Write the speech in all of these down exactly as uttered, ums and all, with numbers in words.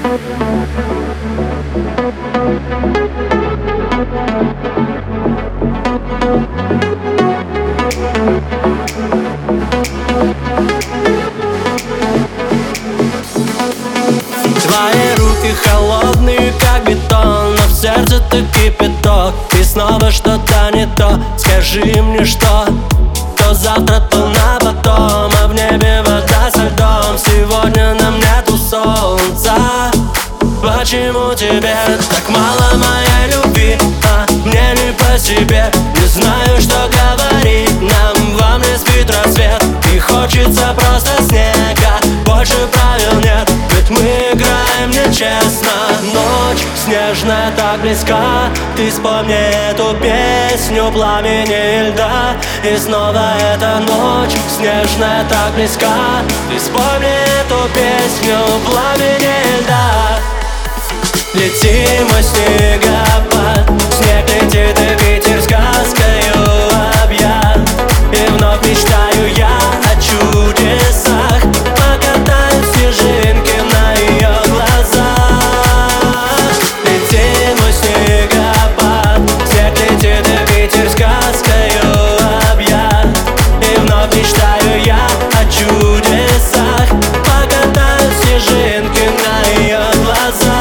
Твои руки холодные, как бетон, но в сердце ты кипяток. И снова что-то не то, скажи мне, что то завтра, то на потом, а в небе вода со льдом. Сегодня нам нету солнца. Почему тебе так мало моей любви? А мне не по себе, не знаю, что говорить. Нам во мне спит рассвет, и хочется просто снега. Больше правил нет, ведь мы играем нечестно. Ночь снежная так близка, ты вспомни эту песню пламени и льда. И снова эта ночь снежная так близка, ты вспомни эту песню пламени и льда. Лети, мой снегопад, снег летит и ветер сказкою объят. И вновь мечтаю я о чудесах, покатаю снежинки на ее глазах. Лети, мой снегопад, снег летит и ветер сказкою объят. И вновь мечтаю я о чудесах, покатаю снежинки на ее глазах.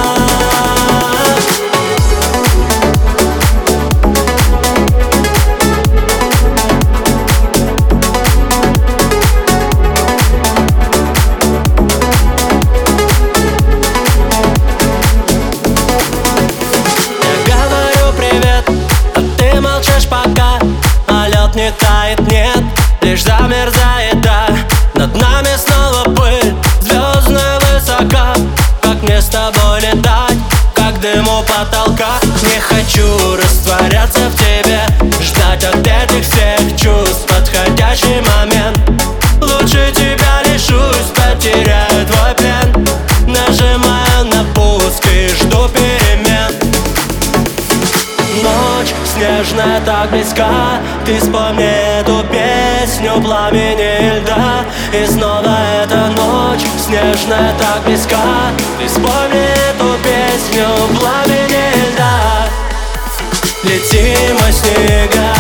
Пока, а лед не тает, нет, лишь замерзает, да. Над нами снова пыль, звездная высока. Как мне с тобой летать, как дым у потолка. Не хочу растворяться в тебе, ждать от этих всех чувств подходящий момент. Лучше тебя лишусь, потеряю твой плен. Нажимаю на пуск и жду перемен. Ночь снежная так близка, ты вспомни эту песню пламени и льда. И снова эта ночь снежная так близка, ты вспомни эту песню пламени и льда. Лети, мой снега.